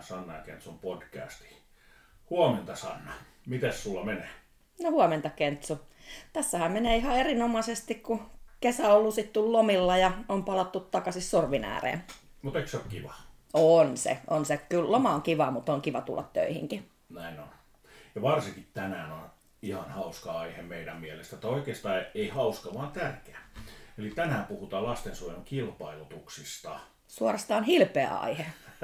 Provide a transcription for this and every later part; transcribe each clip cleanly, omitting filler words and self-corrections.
Sanna ja Kentsun podcastiin. Huomenta Sanna, mites sulla menee? No huomenta Kentsu. Tässähän menee ihan erinomaisesti, kun kesä on lusittu lomilla ja on palattu takaisin sorvin ääreen. Mutta eikö se ole kiva? On se. Kyllä loma on kiva, mutta on kiva tulla töihinkin. Näin on. Ja varsinkin tänään on ihan hauska aihe meidän mielestä. Tai oikeastaan ei hauska, vaan tärkeä. Eli tänään puhutaan lastensuojelun kilpailutuksista. Suorastaan hilpeä aihe.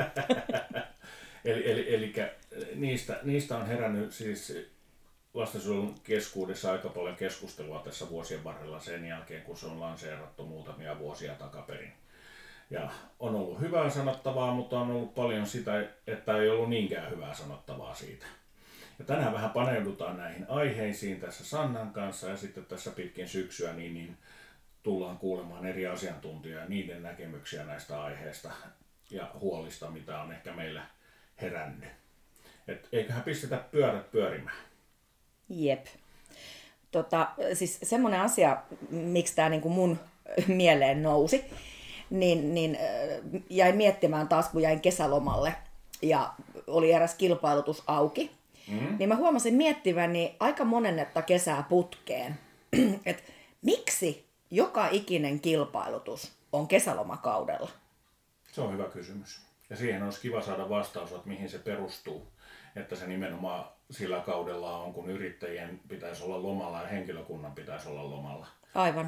Eli niistä on herännyt siis lastensuojelun keskuudessa aika paljon keskustelua tässä vuosien varrella sen jälkeen, kun se on lanseerattu muutamia vuosia takaperin. Ja on ollut hyvää sanottavaa, mutta on ollut paljon sitä, että ei ollut niinkään hyvää sanottavaa siitä. Ja tänään vähän paneudutaan näihin aiheisiin tässä Sannan kanssa ja sitten tässä pitkin syksyä niin tullaan kuulemaan eri asiantuntijoita ja niiden näkemyksiä näistä aiheista ja huolista, mitä on ehkä meillä herännyt. Et eiköhän pistetä pyörät pyörimään. Jep. Siis semmoinen asia, miksi tämä niinku mun mieleen nousi, niin jäin miettimään taas, kun jäin kesälomalle ja oli eräs kilpailutus auki. Niin mä huomasin miettiväni aika monennetta kesää putkeen, että miksi joka ikinen kilpailutus on kesälomakaudella? Se on hyvä kysymys. Ja siihen olisi kiva saada vastaus, että mihin se perustuu. Että se nimenomaan sillä kaudella on, kun yrittäjien pitäisi olla lomalla ja henkilökunnan pitäisi olla lomalla. Aivan.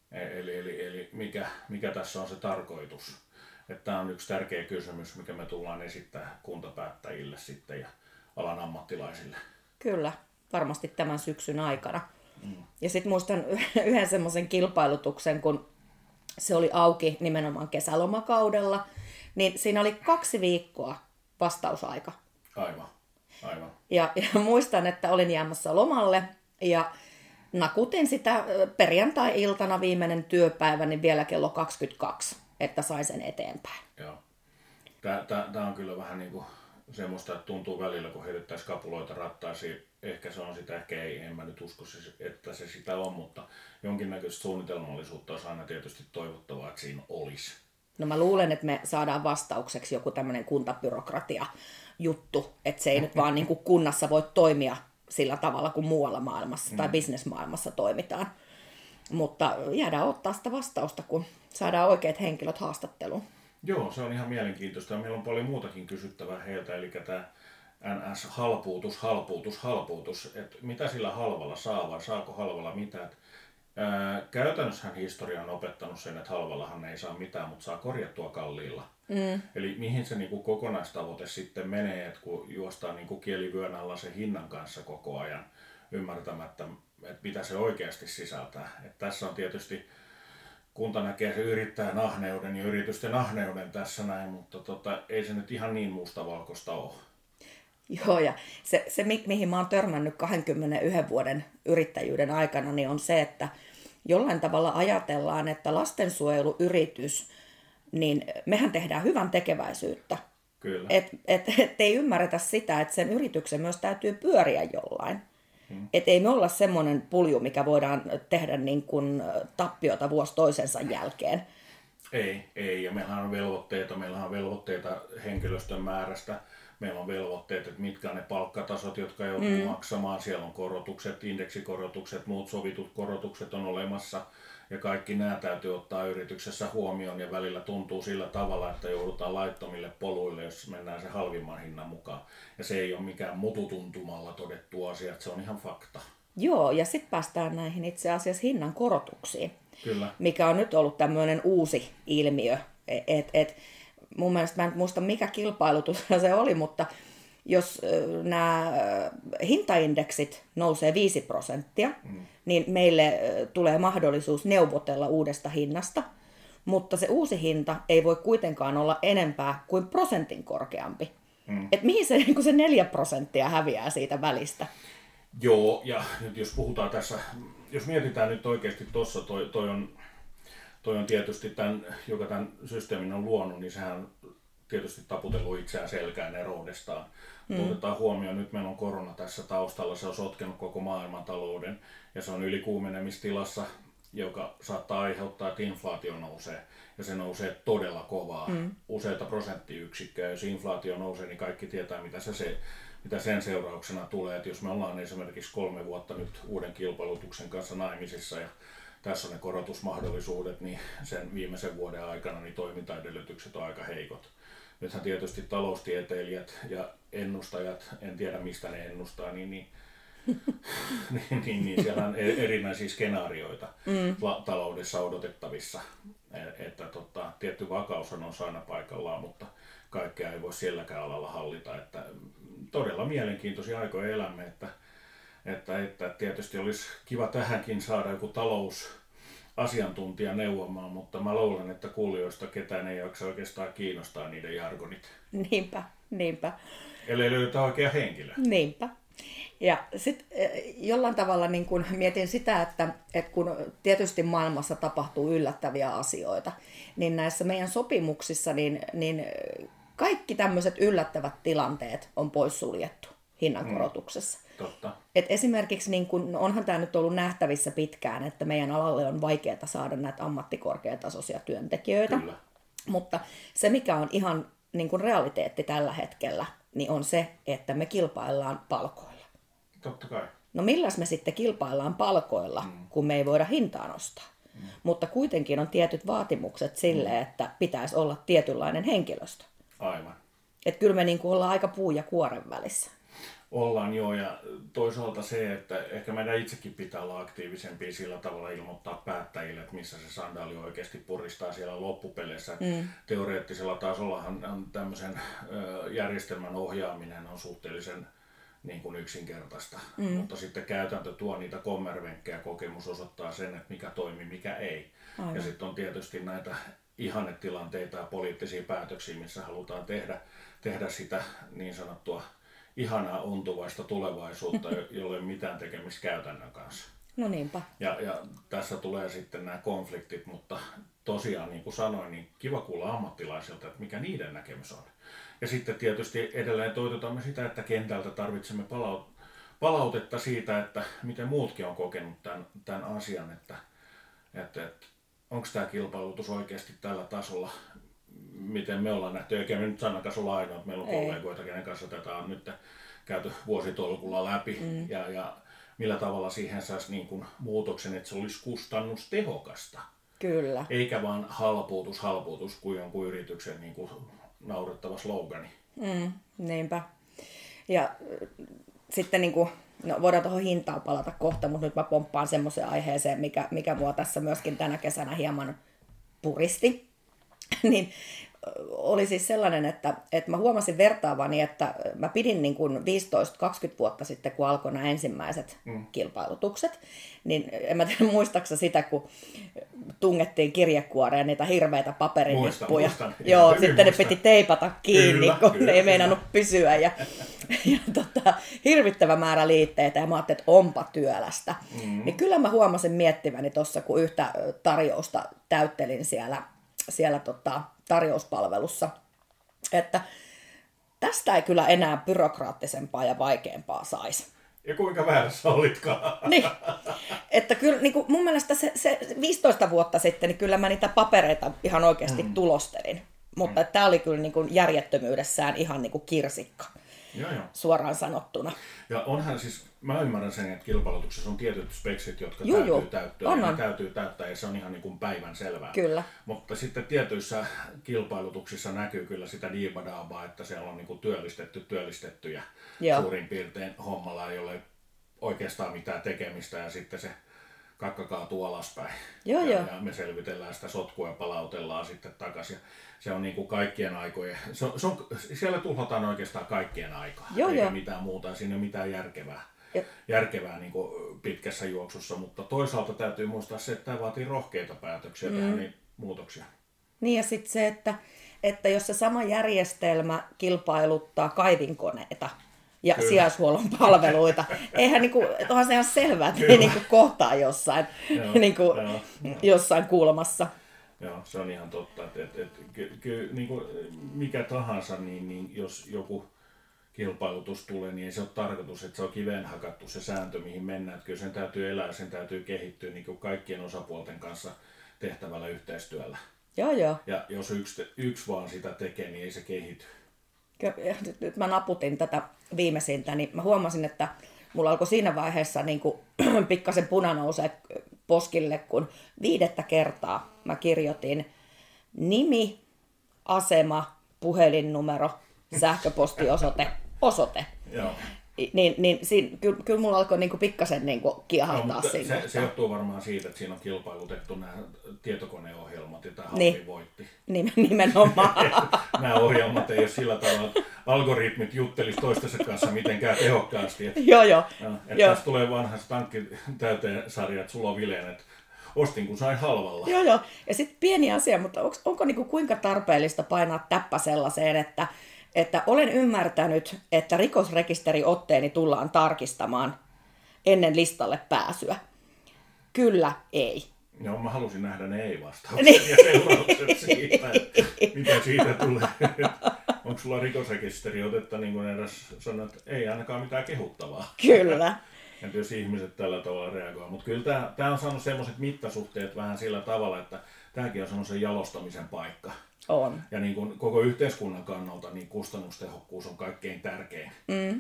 Eli mikä tässä on se tarkoitus? Että tämä on yksi tärkeä kysymys, mikä me tullaan esittämään kuntapäättäjille sitten ja alan ammattilaisille. Kyllä, varmasti tämän syksyn aikana. Ja sitten muistan yhden semmoisen kilpailutuksen, kun se oli auki nimenomaan kesälomakaudella, niin siinä oli 2 viikkoa vastausaika. Aivan. Ja muistan, että olin jäämässä lomalle ja nakutin sitä perjantai-iltana viimeinen työpäivä niin vielä kello 22, että sain sen eteenpäin. Joo. Tämä on kyllä vähän niin kuin semmoista, että tuntuu välillä, kun heitettäisiin kapuloita rattaisiin. Ehkä se on sitä, ehkä ei, en mä nyt usko, että se sitä on, mutta jonkinnäköistä suunnitelmallisuutta olisi aina tietysti toivottavaa, että siinä olisi. No mä luulen, että me saadaan vastaukseksi joku tämmöinen kuntabyrokratia-juttu, että se ei nyt vaan niin kuin kunnassa voi toimia sillä tavalla kuin muualla maailmassa tai bisnesmaailmassa toimitaan. Mutta jäädään ottaa sitä vastausta, kun saadaan oikeat henkilöt haastatteluun. Joo, se on ihan mielenkiintoista ja meillä on paljon muutakin kysyttävää heiltä, eli tämä NS-halpuutus, että mitä sillä halvalla saa vai saako halvalla mitään. Käytännössähän historia on opettanut sen, että halvallahan ei saa mitään, mutta saa korjattua kalliilla. Eli mihin se niin kuin kokonaistavoite sitten menee, että kun juostaan niin kuin kielivyön alla sen hinnan kanssa koko ajan ymmärtämättä, että mitä se oikeasti sisältää. Että tässä on tietysti, kunta näkee se yrittäjän ahneuden ja yritysten ahneuden tässä näin, mutta ei se nyt ihan niin mustavalkoista ole. Joo, ja se mihin mä oon törmännyt 21 vuoden yrittäjyyden aikana, niin on se, että jollain tavalla ajatellaan, että lastensuojeluyritys, niin mehän tehdään hyvän tekeväisyyttä. Kyllä. Et ei ymmärretä sitä, että sen yrityksen myös täytyy pyöriä jollain. Että ei me olla semmoinen pulju, mikä voidaan tehdä niin kuin tappiota vuosi toisensa jälkeen. Ei, ja meillähän on velvoitteita henkilöstön määrästä. Meillä on velvoitteet, että mitkä on ne palkkatasot, jotka joutuu maksamaan. Siellä on korotukset, indeksikorotukset, muut sovitut korotukset on olemassa. Ja kaikki nämä täytyy ottaa yrityksessä huomioon ja välillä tuntuu sillä tavalla, että joudutaan laittomille poluille, jos mennään se halvimman hinnan mukaan. Ja se ei ole mikään mututuntumalla todettu asia, että se on ihan fakta. Joo, ja sitten päästään näihin itse asiassa hinnan korotuksiin. Kyllä. Mikä on nyt ollut tämmöinen uusi ilmiö. Mun mielestä mä en muista mikä kilpailutus se oli, mutta jos nämä hintaindeksit nousee 5%, niin meille tulee mahdollisuus neuvotella uudesta hinnasta, mutta se uusi hinta ei voi kuitenkaan olla enempää kuin prosentin korkeampi. Et mihin se 4% häviää siitä välistä? Joo, ja nyt jos puhutaan tässä, jos mietitään nyt oikeasti tuossa, toi on tietysti joka tämän systeemin on luonut, niin sehän on tietysti taputellut itseään selkään eroudestaan. Otetaan huomioon, nyt meillä on korona tässä taustalla, se on sotkenut koko maailmantalouden ja se on ylikuumenemistilassa joka saattaa aiheuttaa, että inflaatio nousee. Ja se nousee todella kovaa, useita prosenttiyksikköjä. Jos inflaatio nousee, niin kaikki tietää, mitä sen seurauksena tulee. Että jos me ollaan esimerkiksi 3 vuotta nyt uuden kilpailutuksen kanssa naimisissa ja tässä on ne korotusmahdollisuudet, niin sen viimeisen vuoden aikana niin toimintaedellytykset on aika heikot. Nythän tietysti taloustieteilijät ja ennustajat, en tiedä mistä ne ennustaa, niin siellä on erinäisiä skenaarioita taloudessa odotettavissa. Että tietty vakaus on aina paikallaan, mutta kaikkea ei voi sielläkään alalla hallita. Että todella mielenkiintoisia aikoja elämme, että tietysti olisi kiva tähänkin saada joku talousasiantuntija neuvomaan, mutta mä luulen, että kuulijoista ketään ei jaksa oikeastaan kiinnostaa niiden jargonit. Niinpä. Eli löytää oikea henkilö. Niinpä. Ja sitten jollain tavalla niin kun mietin sitä, että kun tietysti maailmassa tapahtuu yllättäviä asioita, niin näissä meidän sopimuksissa niin kaikki tämmöiset yllättävät tilanteet on poissuljettu hinnankorotuksessa. Totta. Et esimerkiksi niin kun, onhan tämä nyt ollut nähtävissä pitkään, että meidän alalle on vaikeaa saada näitä ammattikorkeatasoisia työntekijöitä. Kyllä. Mutta se, mikä on ihan niin kun realiteetti tällä hetkellä, niin on se, että me kilpaillaan palkoilla. Totta kai. No milläs me sitten kilpaillaan palkoilla, kun me ei voida hintaa nostaa? Mutta kuitenkin on tietyt vaatimukset sille, että pitäisi olla tietynlainen henkilöstö. Aivan. Että kyllä me niin kuin ollaan aika puu ja kuoren välissä. Ollaan joo, ja toisaalta se, että ehkä meidän itsekin pitää olla aktiivisempia sillä tavalla ilmoittaa päättäjille, että missä se sandaali oikeasti puristaa siellä loppupeleissä. Teoreettisella tasollahan tämmöisen järjestelmän ohjaaminen on suhteellisen niin kuin yksinkertaista, mutta sitten käytäntö tuo niitä kommervenkkejä, kokemus osoittaa sen, että mikä toimii, mikä ei. Aivan. Ja sitten on tietysti näitä ihannetilanteita ja poliittisia päätöksiä, missä halutaan tehdä sitä niin sanottua ihanaa ontuvaista tulevaisuutta, jolle ei ole mitään tekemistä käytännön kanssa. No niinpä. Ja tässä tulee sitten nämä konfliktit, mutta tosiaan niin kuin sanoin, niin kiva kuulla ammattilaisilta, että mikä niiden näkemys on. Ja sitten tietysti edelleen toitotamme sitä, että kentältä tarvitsemme palautetta siitä, että miten muutkin on kokenut tämän asian, että onko tämä kilpailutus oikeasti tällä tasolla, miten me ollaan nähty, eikä me nyt Sannakaan olla ainoa, että meillä on kollegoita, kenen kanssa tätä on nyt käyty vuositolkulla läpi, ja millä tavalla siihen saisi niin kuin muutoksen, että se olisi kustannustehokasta. Kyllä. Eikä vaan halpuutus kuin jonkun yrityksen niin kuin naurettava slogani. Niinpä. Ja sitten niin kuin, no voidaan tuohon hintaan palata kohta, mutta nyt mä pomppaan semmoiseen aiheeseen, mikä mua tässä myöskin tänä kesänä hieman puristi. Niin oli siis sellainen, että mä huomasin vertaavani, että mä pidin niin kuin 15-20 vuotta sitten, kun alkoi nämä ensimmäiset kilpailutukset, niin en mä tiedä muistaaksä sitä, kun tungettiin kirjekuoreen niitä hirveitä paperinippuja. Muistan. Joo, sitten ne piti teipata kiinni, kun kyllä, ne ei meinannut pysyä. Ja hirvittävä määrä liitteitä, ja mä ajattelin, että onpa työlästä. Niin kyllä mä huomasin miettiväni tuossa, kun yhtä tarjousta täyttelin siellä tarjouspalvelussa, että tästä ei kyllä enää byrokraattisempaa ja vaikeampaa saisi. Ja kuinka väärässä olitkaan. Niin, että kyllä niin kuin mun mielestä se 15 vuotta sitten, niin kyllä mä niitä papereita ihan oikeasti tulostelin. Mutta tämä oli kyllä niin kuin järjettömyydessään ihan niin kuin kirsikka. Joo. Suoraan sanottuna. Ja onhan siis, mä ymmärrän sen, että kilpailutuksessa on tietyt speksit, jotka täytyy täyttää. On. Ne täytyy täyttää ja se on ihan niin kuin päivän selvää. Kyllä. Mutta sitten tietyissä kilpailutuksissa näkyy kyllä sitä diibadaabaa, että siellä on niin kuin työllistettyjä suurin piirtein hommalla, ei ole oikeastaan mitään tekemistä ja sitten se kakka kaatuu alaspäin. Ja me selvitellään sitä sotkua ja palautellaan sitten takaisin. Se on niin kuin kaikkien aikojen, siellä tuhlataan oikeastaan kaikkien aikaa, eikä mitään muuta, siinä ei ole mitään järkevää niin kuin pitkässä juoksussa, mutta toisaalta täytyy muistaa se, että tämä vaatii rohkeita päätöksiä tehdä niin muutoksia. Niin ja sitten se, että jos se sama järjestelmä kilpailuttaa kaivinkoneita ja sijaishuollon palveluita, eihän niinku, onhan se ihan selvää, että ne niinku kohtaa jossain, jossain kulmassa. Joo, se on ihan totta, että niin kuin mikä tahansa, niin jos joku kilpailutus tulee, niin ei se ole tarkoitus, että se on kiveen hakattu se sääntö, mihin mennään. Että kyllä sen täytyy elää, sen täytyy kehittyä niin kuin kaikkien osapuolten kanssa tehtävällä yhteistyöllä. Joo. Ja jos yksi vaan sitä tekee, niin ei se kehity. Nyt mä naputin tätä viimeisintä, niin mä huomasin, että mulla alkoi siinä vaiheessa niin kuin pikkasen puna nousee poskille, kun 5. kertaa mä kirjoitin nimi, asema, puhelinnumero, sähköpostiosoite, osoite. Joo. Niin kyllä mulla alkoi niinku pikkasen niinku kiehahtaa siinä. Se johtuu varmaan siitä, että siinä on kilpailutettu nämä tietokoneohjelmat ja tämä Niin. Halvi voitti. Nimenomaan. Nämä ohjelmat ei ole sillä tavalla, että algoritmit juttelisi toistensa kanssa mitenkään tehokkaasti. Joo. Tässä tulee vanha tankki täyteen sarja, että sulla on vileen, että ostin kun sain halvalla. Joo. Ja sitten pieni asia, mutta onko niinku kuinka tarpeellista painaa täppä sellaiseen, että olen ymmärtänyt, että rikosrekisteriotteeni tullaan tarkistamaan ennen listalle pääsyä. Kyllä, ei. Joo, mä halusin nähdä ne ei-vastaukset Niin. ja seuraukset siitä, että mitä siitä tulee. Onko sulla rikosrekisteriotetta, niin kuin eräs sanoi, että ei ainakaan mitään kehuttavaa. Kyllä. Että jos ihmiset tällä tavalla reagoivat. Mutta kyllä tämä on saanut semmoiset mittasuhteet vähän sillä tavalla, että tämäkin on semmoisen jalostamisen paikka. On. Ja niin kuin koko yhteiskunnan kannalta niin kustannustehokkuus on kaikkein tärkein.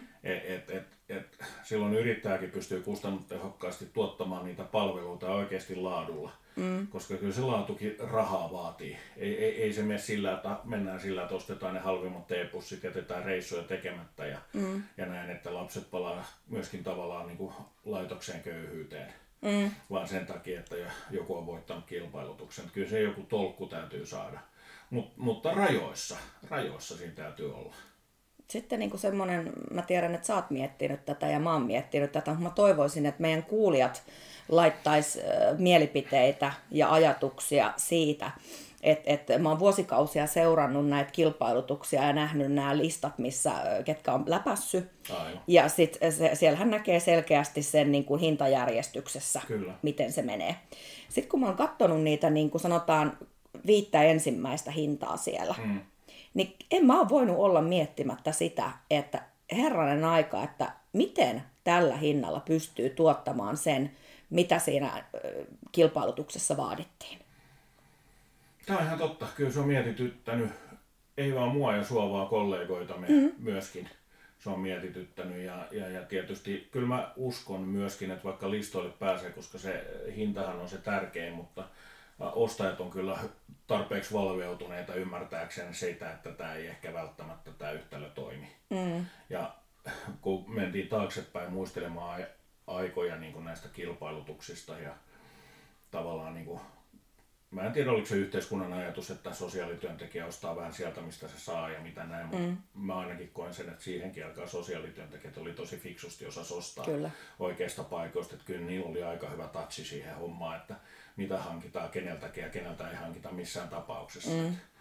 Silloin yrittäjäkin pystyy kustannustehokkaasti tuottamaan niitä palveluita oikeasti laadulla. Koska kyllä se laatukin rahaa vaatii. Ei se mene sillä, että mennään sillä, että ostetaan ne halvimmat teepussit, jätetään reissuja tekemättä ja näin, että lapset palaa myöskin tavallaan niin kuin laitokseen köyhyyteen. Vaan sen takia, että joku on voittanut kilpailutuksen. Kyllä se joku tolkku täytyy saada. Mutta rajoissa siinä täytyy olla. Sitten niin kuin semmoinen, mä tiedän, että sä oot miettinyt tätä ja mä oon miettinyt tätä, mutta mä toivoisin, että meidän kuulijat laittaisi mielipiteitä ja ajatuksia siitä, että mä oon vuosikausia seurannut näitä kilpailutuksia ja nähnyt nämä listat, ketkä on läpässyt. Aivan. Ja sitten siellähän näkee selkeästi sen niin kuin hintajärjestyksessä, Kyllä. miten se menee. Sitten kun mä oon katsonut niitä, niin kuin sanotaan, 5 ensimmäistä hintaa siellä, niin en mä ole voinut olla miettimättä sitä, että herranen aika, että miten tällä hinnalla pystyy tuottamaan sen, mitä siinä kilpailutuksessa vaadittiin. Tämä on ihan totta. Kyllä se on mietityttänyt, ei vaan mua ja sua, vaan kollegoitamme myöskin. Se on mietityttänyt ja tietysti kyllä mä uskon myöskin, että vaikka listoille pääsee, koska se hintahan on se tärkein, mutta ostajat on kyllä tarpeeksi valveutuneita ymmärtääkseen sitä, että tämä ei ehkä välttämättä tämä yhtälö toimi. Ja kun mentiin taaksepäin muistelemaan aikoja niin kuin näistä kilpailutuksista ja tavallaan niin kuin, mä en tiedä oliko se yhteiskunnan ajatus, että sosiaalityöntekijä ostaa vähän sieltä mistä se saa ja mitä näin, mutta mä ainakin koen sen, että siihenkin aikaan sosiaalityöntekijät oli tosi fiksusti osas ostaa oikeista paikoista, että kyllä niillä oli aika hyvä touchi siihen hommaan, että mitä hankitaan keneltäkin ja keneltä ei hankita missään tapauksessa.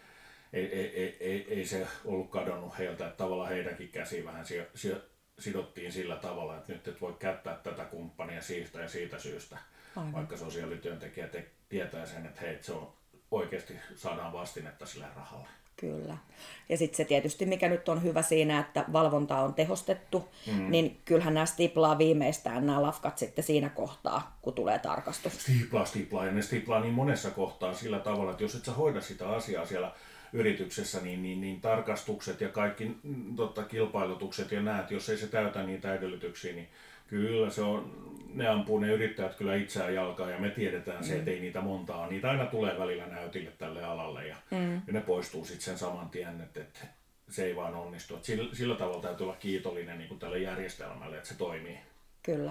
Ei se ollut kadonnut heiltä, että tavallaan heidänkin käsiin vähän sidottiin sillä tavalla, että nyt et voi käyttää tätä kumppania siitä ja siitä syystä, vaikka sosiaalityöntekijä tietää sen, että hei, se on oikeasti saadaan vastinetta sille rahalle. Kyllä. Ja sitten se tietysti, mikä nyt on hyvä siinä, että valvonta on tehostettu, niin kyllähän nämä stiplaa viimeistään nämä lafkat sitten siinä kohtaa, kun tulee tarkastus. Stiplaa, ja ne stiplaa niin monessa kohtaa sillä tavalla, että jos et sä hoida sitä asiaa siellä yrityksessä, niin tarkastukset ja kaikki kilpailutukset ja näet, jos ei se täytä niitä edellytyksiä, niin kyllä ne ampuu ne yrittäjät kyllä itseään jalkaan ja me tiedetään se, että ei niitä montaa ole. Niitä aina tulee välillä näytille tälle alalle ja ne poistuu sitten sen saman tien, että se ei vaan onnistu. Että sillä tavalla täytyy olla kiitollinen niin kuin tälle järjestelmälle, että se toimii. Kyllä.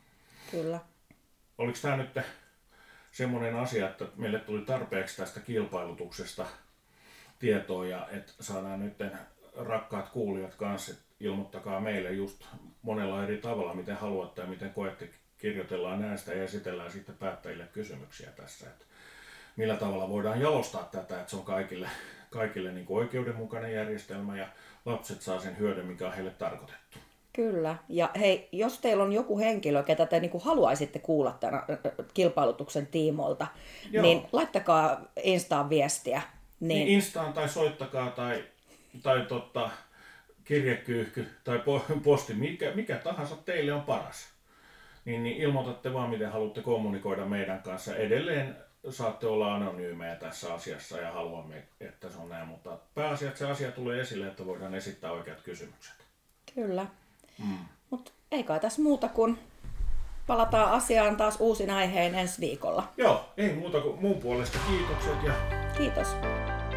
Oliko tämä nyt semmoinen asia, että meille tuli tarpeeksi tästä kilpailutuksesta tietoa ja että saadaan nyt rakkaat kuulijat kanssa, että ilmoittakaa meille just monella eri tavalla, miten haluatte ja miten koette, kirjoitellaan näistä ja esitellään sitten päättäjille kysymyksiä tässä, että millä tavalla voidaan jalostaa tätä, että se on kaikille niin kuin oikeudenmukainen järjestelmä ja lapset saa sen hyödyn, mikä on heille tarkoitettu. Kyllä. Ja hei, jos teillä on joku henkilö, ketä te niin kuin haluaisitte kuulla tämän kilpailutuksen tiimoilta, niin laittakaa Instaan viestiä. Niin Instaan tai soittakaa tai kirjekyyhky tai posti, mikä tahansa teille on paras. Niin ilmoitatte vaan, miten haluatte kommunikoida meidän kanssa. Edelleen saatte olla anonyymejä tässä asiassa ja haluamme, että se on näin, mutta pääasia, että se asia tulee esille, että voidaan esittää oikeat kysymykset. Kyllä. Mutta ei kai tässä muuta kuin palataan asiaan taas uusin aiheen ensi viikolla. Joo, ei muuta kuin mun puolesta kiitokset. Kiitos.